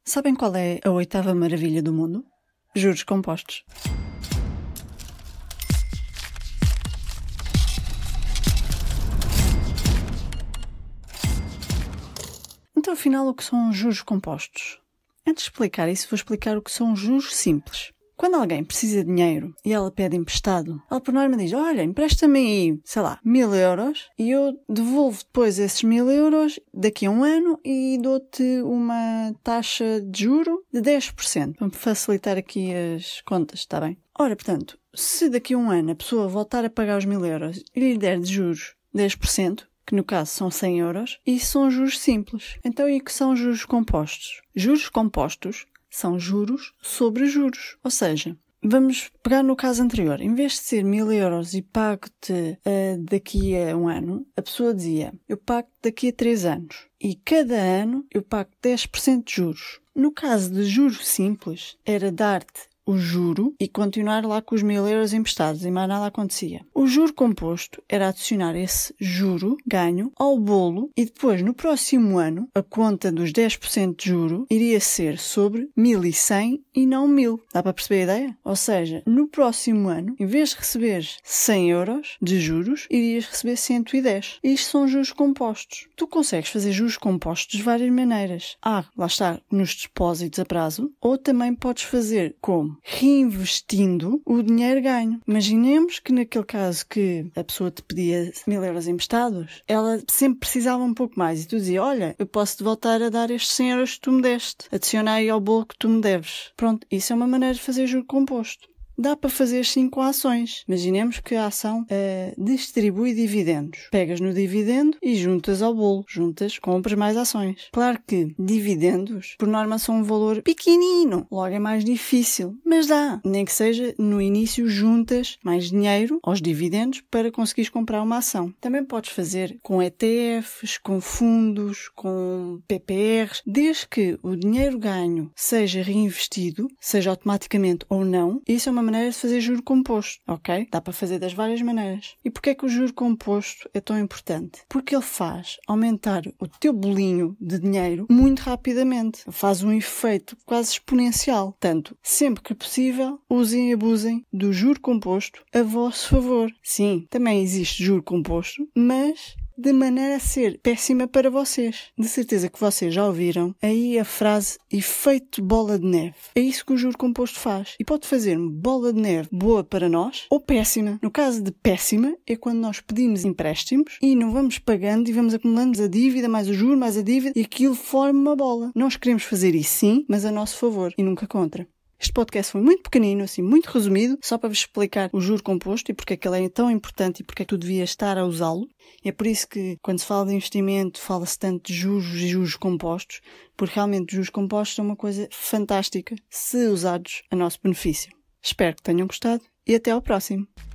Sabem qual é a oitava maravilha do mundo? Juros compostos. Então, afinal, o que são juros compostos? Antes de explicar isso, vou explicar o que são juros simples. Quando alguém precisa de dinheiro e ela pede emprestado, ela por norma diz, olha, empresta-me aí, sei lá, 1000 euros e eu devolvo depois esses 1000 euros daqui a um ano e dou-te uma taxa de juro de 10%, para me facilitar aqui as contas, está bem? Ora, portanto, se daqui a um ano a pessoa voltar a pagar os 1000 euros e lhe der de juros 10%, que no caso são 100 euros, isso são juros simples. Então, e o que são juros compostos? Juros compostos são juros sobre juros. Ou seja, vamos pegar no caso anterior. Em vez de ser 1000 euros e pago-te daqui a um ano, a pessoa dizia, eu pago-te daqui a 3 anos. E cada ano eu pago 10% de juros. No caso de juros simples, era dar-te o juro e continuar lá com os 1000 euros emprestados e mais nada acontecia. O juro composto era adicionar esse juro ganho ao bolo e depois no próximo ano a conta dos 10% de juro iria ser sobre 1100 e não 1000. Dá para perceber a ideia? Ou seja, no próximo ano, em vez de receberes 100 euros de juros, irias receber 110. Isto são juros compostos. Tu consegues fazer juros compostos de várias maneiras. Lá está, nos depósitos a prazo, ou também podes fazer como reinvestindo o dinheiro ganho. Imaginemos que naquele caso que a pessoa te pedia 1000 euros emprestados, ela sempre precisava um pouco mais e tu dizia, olha, eu posso-te voltar a dar estes 100 euros que tu me deste. Adiciona aí ao bolo que tu me deves. Pronto, isso é uma maneira de fazer juro composto. Dá para fazer 5 ações. Imaginemos que a ação distribui dividendos. Pegas no dividendo e juntas ao bolo. Compras mais ações. Claro que dividendos, por norma, são um valor pequenino. Logo é mais difícil. Mas dá. Nem que seja, no início, juntas mais dinheiro aos dividendos para conseguires comprar uma ação. Também podes fazer com ETFs, com fundos, com PPRs. Desde que o dinheiro ganho seja reinvestido, seja automaticamente ou não, isso é uma maneira de fazer juro composto, ok? Dá para fazer das várias maneiras. E porquê é que o juro composto é tão importante? Porque ele faz aumentar o teu bolinho de dinheiro muito rapidamente. Faz um efeito quase exponencial. Portanto, sempre que possível, usem e abusem do juro composto a vosso favor. Sim, também existe juro composto, mas de maneira a ser péssima para vocês. De certeza que vocês já ouviram aí a frase efeito bola de neve. É isso que o juro composto faz. E pode fazer uma bola de neve boa para nós ou péssima. No caso de péssima é quando nós pedimos empréstimos e não vamos pagando e vamos acumulando a dívida, mais o juro, mais a dívida e aquilo forma uma bola. Nós queremos fazer isso sim, mas a nosso favor e nunca contra. Este podcast foi muito pequenino, assim, muito resumido, só para vos explicar o juro composto e porque é que ele é tão importante e porque é que tu devias estar a usá-lo. E é por isso que, quando se fala de investimento, fala-se tanto de juros e juros compostos, porque realmente os juros compostos são uma coisa fantástica se usados a nosso benefício. Espero que tenham gostado e até ao próximo.